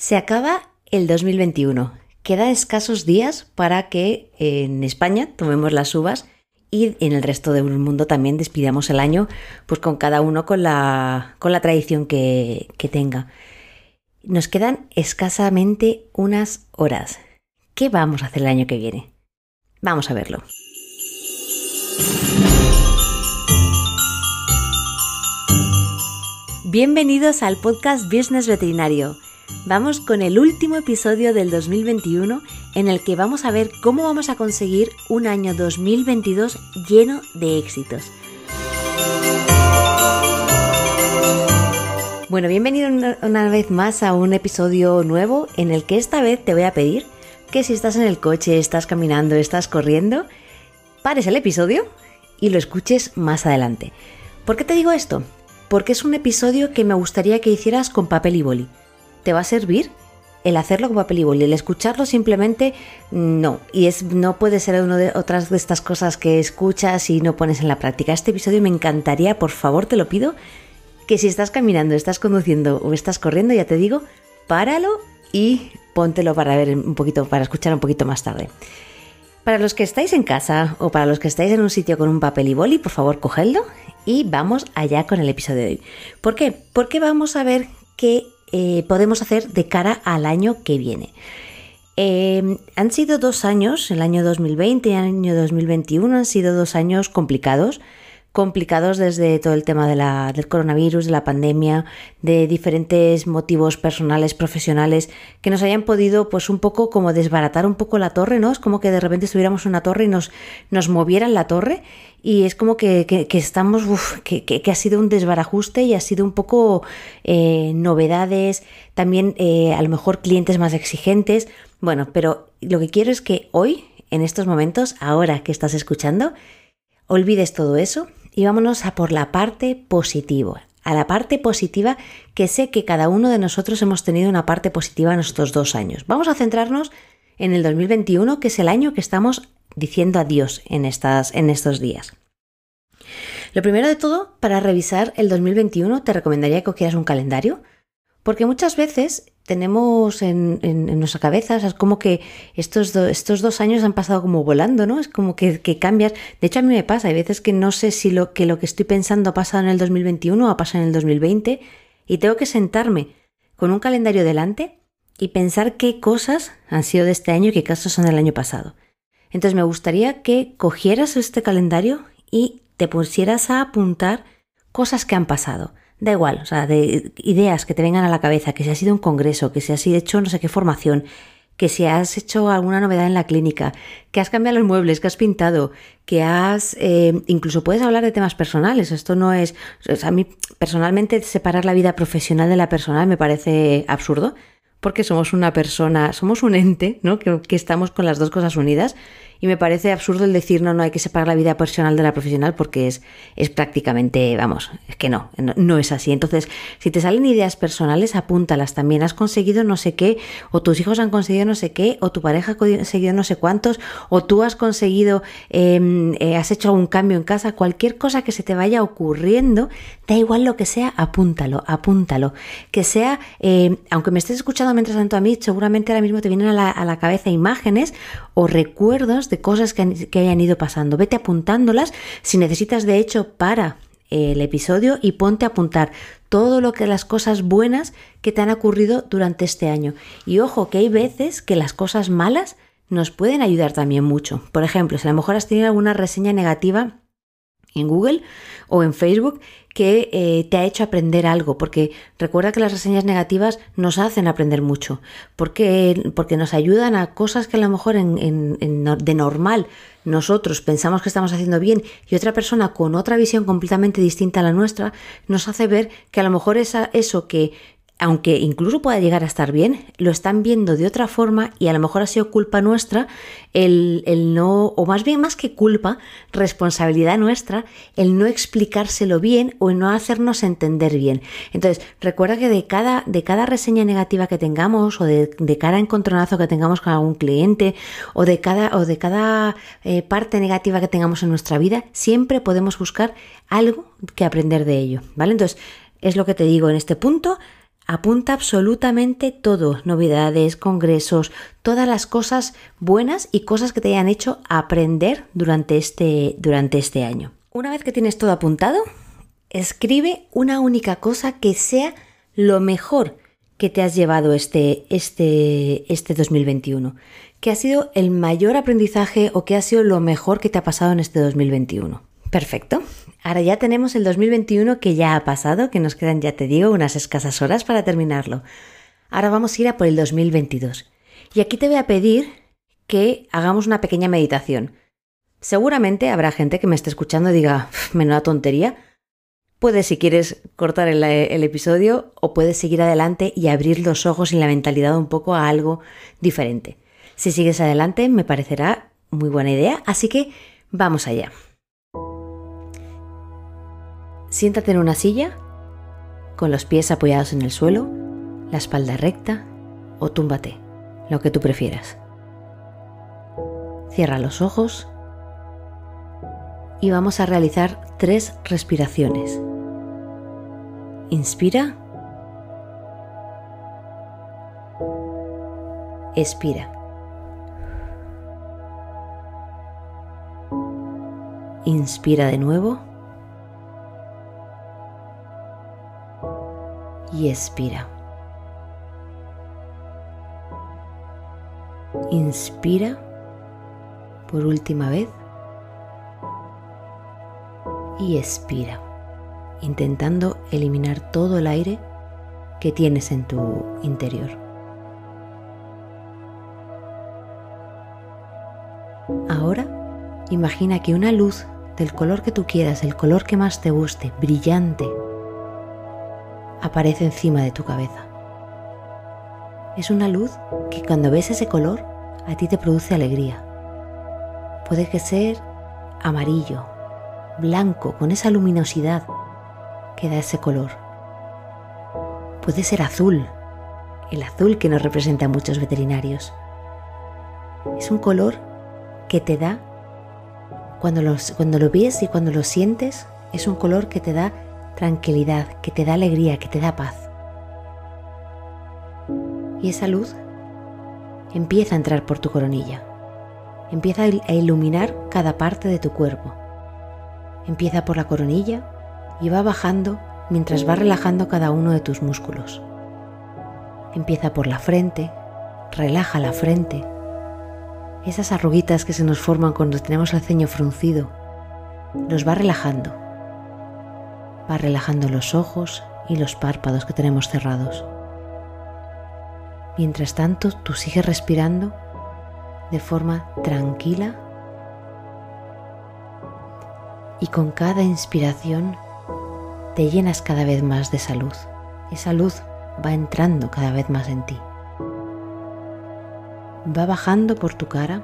Se acaba el 2021. Quedan escasos días para que en España tomemos las uvas y en el resto del mundo también despidamos el año, pues con cada uno con la tradición que tenga. Nos quedan escasamente unas horas. ¿Qué vamos a hacer el año que viene? Vamos a verlo. Bienvenidos al podcast Business Veterinario. Vamos con el último episodio del 2021 en el que vamos a ver cómo vamos a conseguir un año 2022 lleno de éxitos. Bueno, bienvenido una vez más a un episodio nuevo en el que esta vez te voy a pedir que si estás en el coche, estás caminando, estás corriendo, pares el episodio y lo escuches más adelante. ¿Por qué te digo esto? Porque es un episodio que me gustaría que hicieras con papel y boli. ¿Te va a servir el hacerlo con papel y boli? El escucharlo simplemente no. Y no puede ser otras de estas cosas que escuchas y no pones en la práctica. Este episodio me encantaría, por favor, te lo pido, que si estás caminando, estás conduciendo o estás corriendo, ya te digo, páralo y póntelo para ver un poquito, para escuchar un poquito más tarde. Para los que estáis en casa o para los que estáis en un sitio con un papel y boli, por favor, cogedlo y vamos allá con el episodio de hoy. ¿Por qué? Porque vamos a ver qué podemos hacer de cara al año que viene. Han sido 2 años, el año 2020 y el año 2021 han sido 2 años complicados desde todo el tema del coronavirus, de la pandemia, de diferentes motivos personales, profesionales, que nos hayan podido pues un poco como desbaratar un poco la torre, ¿no? Es como que de repente estuviéramos en una torre y nos movieran la torre y es como que estamos, que ha sido un desbarajuste y ha sido un poco novedades, también a lo mejor clientes más exigentes. Bueno, pero lo que quiero es que hoy, en estos momentos, ahora que estás escuchando, olvides todo eso y vámonos a por la parte positiva, a la parte positiva que sé que cada uno de nosotros hemos tenido una parte positiva en estos 2 años. Vamos a centrarnos en el 2021, que es el año que estamos diciendo adiós en estos días. Lo primero de todo, para revisar el 2021, te recomendaría que cogieras un calendario, porque muchas veces tenemos en nuestra cabeza, o sea, es como que estos 2 años han pasado como volando, ¿no? Es como que cambias. De hecho, a mí me pasa, hay veces que no sé si lo que estoy pensando ha pasado en el 2021 o ha pasado en el 2020 y tengo que sentarme con un calendario delante y pensar qué cosas han sido de este año y qué cosas son del año pasado. Entonces, me gustaría que cogieras este calendario y te pusieras a apuntar cosas que han pasado. Da igual, o sea, de ideas que te vengan a la cabeza, que si has ido a un congreso, que si has hecho no sé qué formación, que si has hecho alguna novedad en la clínica, que has cambiado los muebles, que has pintado, que has... incluso puedes hablar de temas personales. Esto no es... O sea, a mí personalmente separar la vida profesional de la personal me parece absurdo, porque somos una persona, somos un ente, ¿no? Que estamos con las dos cosas unidas. Y me parece absurdo el decir, no hay que separar la vida personal de la profesional porque es prácticamente, vamos, es que no es así. Entonces, si te salen ideas personales, apúntalas también. Has conseguido no sé qué, o tus hijos han conseguido no sé qué, o tu pareja ha conseguido no sé cuántos, o tú has conseguido, has hecho algún cambio en casa, cualquier cosa que se te vaya ocurriendo, da igual lo que sea, apúntalo. Que sea, aunque me estés escuchando mientras tanto a mí, seguramente ahora mismo te vienen a la cabeza imágenes o recuerdos de cosas que hayan ido pasando. Vete apuntándolas. Si necesitas, de hecho, para el episodio y ponte a apuntar todo lo que las cosas buenas que te han ocurrido durante este año. Y ojo, que hay veces que las cosas malas nos pueden ayudar también mucho. Por ejemplo, si a lo mejor has tenido alguna reseña negativa en Google o en Facebook que te ha hecho aprender algo, porque recuerda que las reseñas negativas nos hacen aprender mucho, porque nos ayudan a cosas que a lo mejor de normal nosotros pensamos que estamos haciendo bien y otra persona con otra visión completamente distinta a la nuestra nos hace ver que a lo mejor eso que aunque incluso pueda llegar a estar bien, lo están viendo de otra forma y a lo mejor ha sido culpa nuestra el no, o más bien más que culpa, responsabilidad nuestra, el no explicárselo bien o el no hacernos entender bien. Entonces, recuerda que de cada reseña negativa que tengamos o de cada encontronazo que tengamos con algún cliente o de cada parte negativa que tengamos en nuestra vida, siempre podemos buscar algo que aprender de ello, ¿vale? Entonces, es lo que te digo en este punto. Apunta absolutamente todo, novedades, congresos, todas las cosas buenas y cosas que te hayan hecho aprender durante este año. Una vez que tienes todo apuntado, escribe una única cosa que sea lo mejor que te has llevado este 2021, que ha sido el mayor aprendizaje o que ha sido lo mejor que te ha pasado en este 2021. Perfecto. Ahora ya tenemos el 2021 que ya ha pasado, que nos quedan, ya te digo, unas escasas horas para terminarlo. Ahora vamos a ir a por el 2022. Y aquí te voy a pedir que hagamos una pequeña meditación. Seguramente habrá gente que me esté escuchando y diga, menuda tontería. Puedes, si quieres, cortar el episodio o puedes seguir adelante y abrir los ojos y la mentalidad un poco a algo diferente. Si sigues adelante me parecerá muy buena idea, así que vamos allá. Siéntate en una silla, con los pies apoyados en el suelo, la espalda recta o túmbate, lo que tú prefieras. Cierra los ojos y vamos a realizar 3 respiraciones. Inspira. Expira. Inspira de nuevo. Y expira. Inspira por última vez y expira, intentando eliminar todo el aire que tienes en tu interior. Ahora imagina que una luz del color que tú quieras, el color que más te guste, brillante, aparece encima de tu cabeza. Es una luz que cuando ves ese color a ti te produce alegría. Puede que sea amarillo, blanco, con esa luminosidad que da ese color. Puede ser azul, el azul que nos representa a muchos veterinarios. Es un color que te da, cuando lo ves y cuando lo sientes, es un color que te da tranquilidad, que te da alegría, que te da paz. Y esa luz empieza a entrar por tu coronilla, empieza a iluminar cada parte de tu cuerpo. Empieza por la coronilla y va bajando mientras va relajando cada uno de tus músculos. Empieza por la frente, relaja la frente, esas arruguitas que se nos forman cuando tenemos el ceño fruncido, los va relajando. Va relajando los ojos y los párpados que tenemos cerrados. Mientras tanto, tú sigues respirando de forma tranquila y con cada inspiración te llenas cada vez más de esa luz. Esa luz va entrando cada vez más en ti. Va bajando por tu cara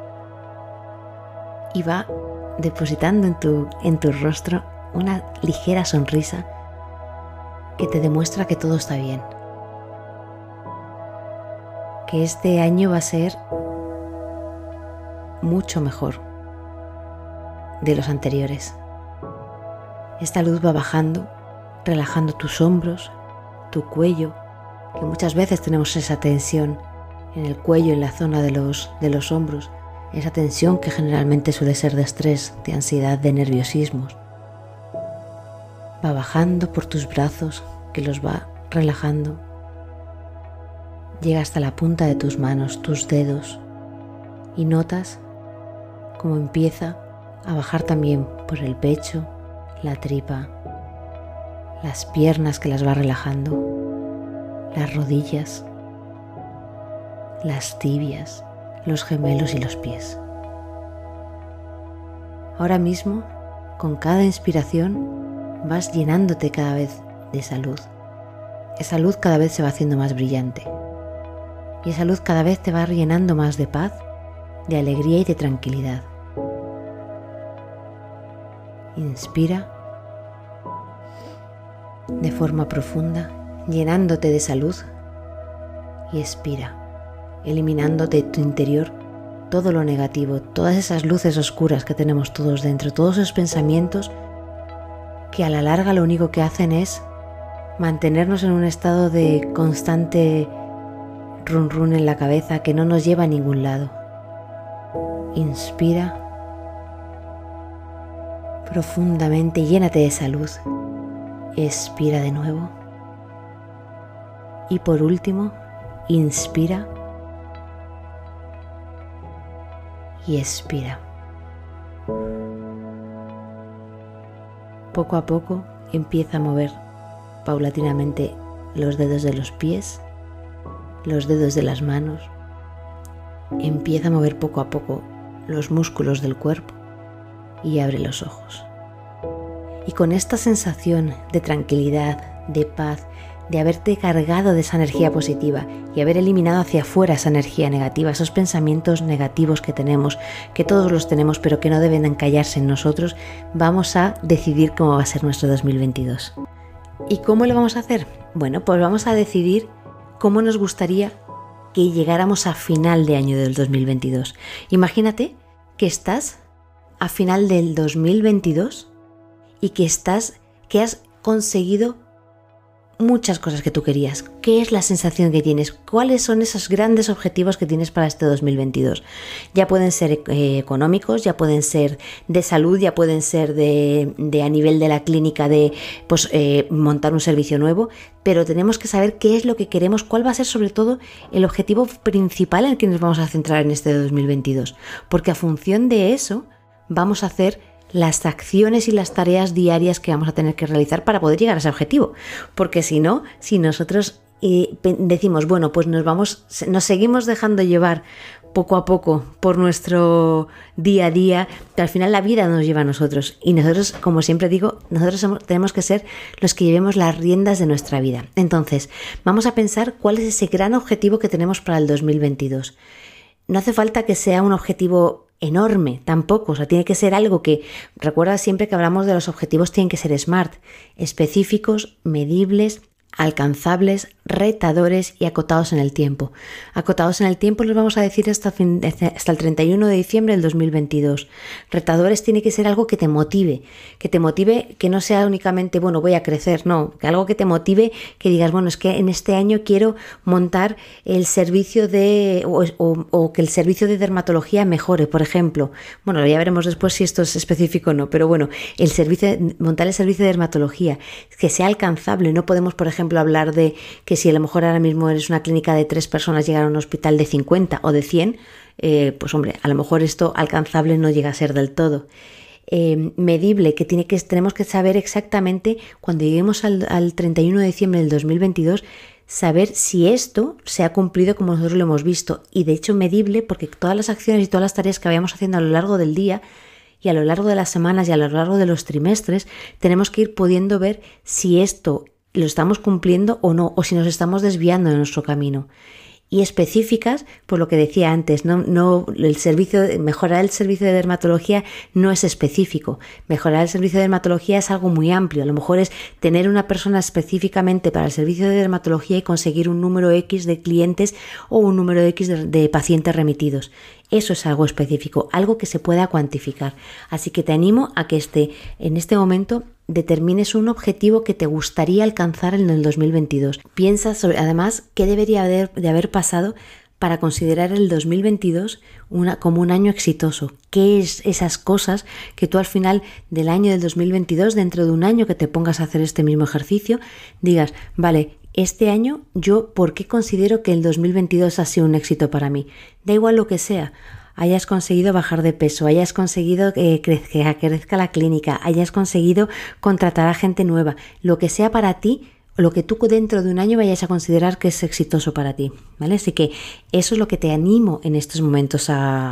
y va depositando en tu rostro una ligera sonrisa que te demuestra que todo está bien. Que este año va a ser mucho mejor de los anteriores. Esta luz va bajando, relajando tus hombros, tu cuello, que muchas veces tenemos esa tensión en el cuello, en la zona de los hombros, esa tensión que generalmente suele ser de estrés, de ansiedad, de nerviosismos. Va bajando por tus brazos, que los va relajando. Llega hasta la punta de tus manos, tus dedos, y notas cómo empieza a bajar también por el pecho, la tripa, las piernas que las va relajando, las rodillas, las tibias, los gemelos y los pies. Ahora mismo, con cada inspiración, vas llenándote cada vez de esa luz. Esa luz cada vez se va haciendo más brillante. Y esa luz cada vez te va llenando más de paz, de alegría y de tranquilidad. Inspira de forma profunda, llenándote de esa luz, y expira, eliminando de tu interior todo lo negativo, todas esas luces oscuras que tenemos todos dentro, todos esos pensamientos que a la larga lo único que hacen es mantenernos en un estado de constante run run en la cabeza que no nos lleva a ningún lado. Inspira profundamente y llénate de salud. Expira de nuevo. Y por último, inspira y expira. Poco a poco empieza a mover paulatinamente los dedos de los pies, los dedos de las manos. Empieza a mover poco a poco los músculos del cuerpo y abre los ojos. Y con esta sensación de tranquilidad, de paz, de haberte cargado de esa energía positiva y haber eliminado hacia afuera esa energía negativa, esos pensamientos negativos que tenemos, que todos los tenemos pero que no deben encallarse en nosotros, vamos a decidir cómo va a ser nuestro 2022. ¿Y cómo lo vamos a hacer? Bueno, pues vamos a decidir cómo nos gustaría que llegáramos a final de año del 2022. Imagínate que estás a final del 2022 y que has conseguido muchas cosas que tú querías. ¿Qué es la sensación que tienes? ¿Cuáles son esos grandes objetivos que tienes para este 2022? Ya pueden ser económicos, ya pueden ser de salud, ya pueden ser de a nivel de la clínica, de montar un servicio nuevo, pero tenemos que saber qué es lo que queremos, cuál va a ser sobre todo el objetivo principal en el que nos vamos a centrar en este 2022, porque a función de eso vamos a hacer las acciones y las tareas diarias que vamos a tener que realizar para poder llegar a ese objetivo. Porque si no, si nosotros decimos, bueno, pues nos seguimos dejando llevar poco a poco por nuestro día a día, que al final la vida nos lleva a nosotros. Y nosotros, como siempre digo, tenemos que ser los que llevemos las riendas de nuestra vida. Entonces, vamos a pensar cuál es ese gran objetivo que tenemos para el 2022. No hace falta que sea un objetivo enorme tampoco, o sea, tiene que ser algo que, recuerda siempre que hablamos de los objetivos, tienen que ser SMART, específicos, medibles, alcanzables, retadores y acotados en el tiempo. Acotados en el tiempo los vamos a decir hasta el 31 de diciembre del 2022. Retadores tiene que ser algo que te motive, que no sea únicamente, bueno, voy a crecer, no, que algo que te motive, que digas, bueno, es que en este año quiero montar el servicio o que el servicio de dermatología mejore, por ejemplo. Bueno, ya veremos después si esto es específico o no, pero bueno, montar el servicio de dermatología, que sea alcanzable. No podemos, por ejemplo, hablar de que si a lo mejor ahora mismo eres una clínica de 3 personas, llegar a un hospital de 50 o de 100, pues hombre, a lo mejor esto alcanzable no llega a ser del todo. Medible, que tenemos que saber exactamente cuando lleguemos al 31 de diciembre del 2022, saber si esto se ha cumplido como nosotros lo hemos visto. Y de hecho medible, porque todas las acciones y todas las tareas que vayamos haciendo a lo largo del día y a lo largo de las semanas y a lo largo de los trimestres, tenemos que ir pudiendo ver si esto lo estamos cumpliendo o no, o si nos estamos desviando de nuestro camino. Y específicas, por lo que decía antes, mejorar el servicio de dermatología no es específico. Mejorar el servicio de dermatología es algo muy amplio. A lo mejor es tener una persona específicamente para el servicio de dermatología y conseguir un número X de clientes o un número X de pacientes remitidos. Eso es algo específico, algo que se pueda cuantificar. Así que te animo a que en este momento determines un objetivo que te gustaría alcanzar en el 2022. Piensa además qué debería de haber pasado para considerar el 2022 como un año exitoso. ¿Qué es esas cosas que tú al final del año del 2022, dentro de un año que te pongas a hacer este mismo ejercicio, digas, vale, este año yo, ¿por qué considero que el 2022 ha sido un éxito para mí? Da igual lo que sea. Hayas conseguido bajar de peso, hayas conseguido que crezca la clínica, hayas conseguido contratar a gente nueva, lo que sea para ti, lo que tú dentro de un año vayas a considerar que es exitoso para ti, ¿vale? Así que eso es lo que te animo en estos momentos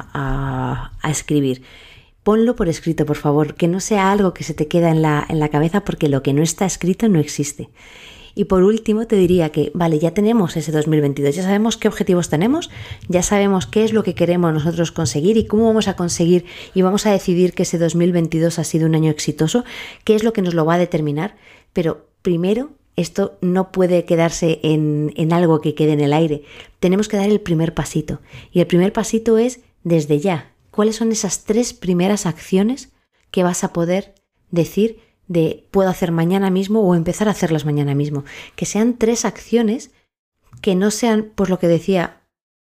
a escribir. Ponlo por escrito, por favor, que no sea algo que se te queda en la cabeza, porque lo que no está escrito no existe. Y por último te diría que, vale, ya tenemos ese 2022, ya sabemos qué objetivos tenemos, ya sabemos qué es lo que queremos nosotros conseguir y cómo vamos a conseguir y vamos a decidir que ese 2022 ha sido un año exitoso, qué es lo que nos lo va a determinar, pero primero esto no puede quedarse en algo que quede en el aire, tenemos que dar el primer pasito y el primer pasito es desde ya. ¿Cuáles son esas 3 primeras acciones que vas a poder decir de puedo hacer mañana mismo o empezar a hacerlas mañana mismo. Que sean 3 acciones que no sean, pues lo que decía,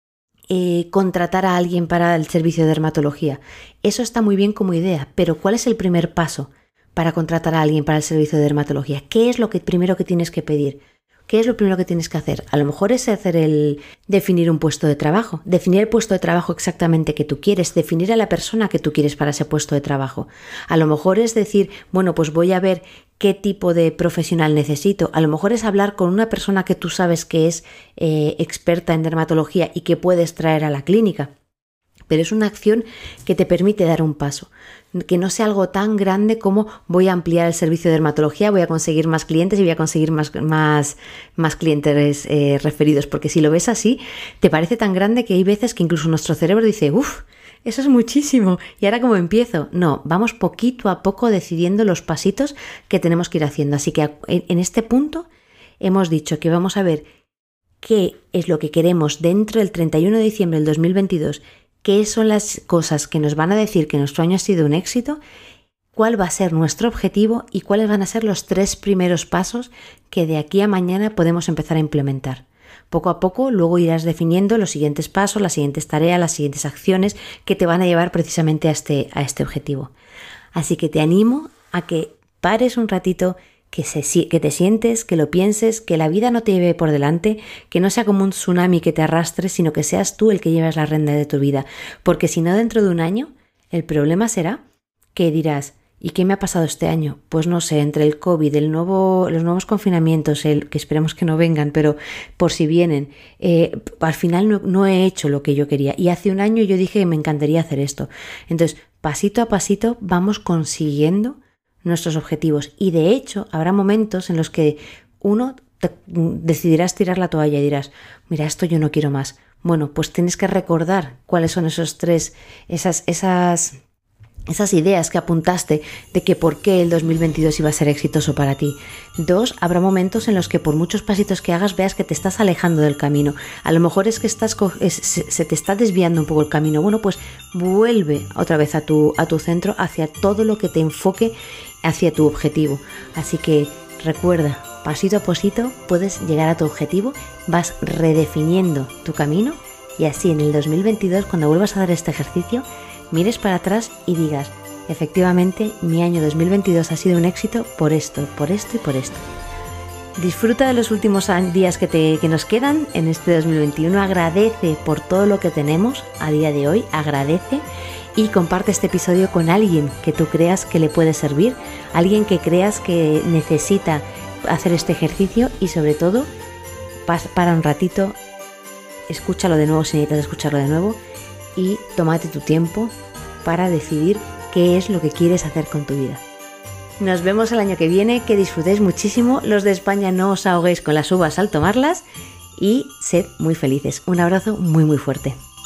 contratar a alguien para el servicio de dermatología. Eso está muy bien como idea, pero ¿cuál es el primer paso para contratar a alguien para el servicio de dermatología? ¿Qué es lo primero que tienes que pedir? ¿Qué es lo primero que tienes que hacer? A lo mejor es definir un puesto de trabajo, definir el puesto de trabajo exactamente que tú quieres, definir a la persona que tú quieres para ese puesto de trabajo. A lo mejor es decir, bueno, pues voy a ver qué tipo de profesional necesito. A lo mejor es hablar con una persona que tú sabes que es experta en dermatología y que puedes traer a la clínica. Pero es una acción que te permite dar un paso, que no sea algo tan grande como voy a ampliar el servicio de dermatología, voy a conseguir más clientes y voy a conseguir más clientes referidos, porque si lo ves así, te parece tan grande que hay veces que incluso nuestro cerebro dice, uff, eso es muchísimo, ¿y ahora cómo empiezo? No, vamos poquito a poco decidiendo los pasitos que tenemos que ir haciendo, así que en este punto hemos dicho que vamos a ver qué es lo que queremos dentro del 31 de diciembre del 2022, qué son las cosas que nos van a decir que nuestro año ha sido un éxito, cuál va a ser nuestro objetivo y cuáles van a ser los 3 primeros pasos que de aquí a mañana podemos empezar a implementar. Poco a poco luego irás definiendo los siguientes pasos, las siguientes tareas, las siguientes acciones que te van a llevar precisamente a este objetivo. Así que te animo a que pares un ratito, que te sientes, que lo pienses, que la vida no te lleve por delante, que no sea como un tsunami que te arrastre, sino que seas tú el que llevas la rienda de tu vida. Porque si no, dentro de un año, el problema será que dirás, ¿y qué me ha pasado este año? Pues no sé, entre el COVID, los nuevos confinamientos, que esperemos que no vengan, pero por si vienen, al final no he hecho lo que yo quería. Y hace un año yo dije que me encantaría hacer esto. Entonces, pasito a pasito vamos consiguiendo nuestros objetivos, y de hecho habrá momentos en los que decidirás tirar la toalla y dirás, mira, esto yo no quiero más. Bueno, pues tienes que recordar cuáles son esas ideas que apuntaste de que por qué el 2022 iba a ser exitoso para ti. 2, habrá momentos en los que por muchos pasitos que hagas veas que te estás alejando del camino. A lo mejor es que se te está desviando un poco el camino. Bueno, pues vuelve otra vez a tu centro, hacia todo lo que te enfoque hacia tu objetivo. Así que recuerda, pasito a pasito puedes llegar a tu objetivo, vas redefiniendo tu camino y así en el 2022, cuando vuelvas a dar este ejercicio, mires para atrás y digas, efectivamente, mi año 2022 ha sido un éxito por esto y por esto. Disfruta de los últimos días que nos quedan en este 2021, agradece por todo lo que tenemos a día de hoy, agradece y comparte este episodio con alguien que tú creas que le puede servir, alguien que creas que necesita hacer este ejercicio y sobre todo, para un ratito, escúchalo de nuevo si necesitas escucharlo de nuevo y tómate tu tiempo para decidir qué es lo que quieres hacer con tu vida. Nos vemos el año que viene, que disfrutéis muchísimo, los de España no os ahoguéis con las uvas al tomarlas y sed muy felices. Un abrazo muy muy fuerte.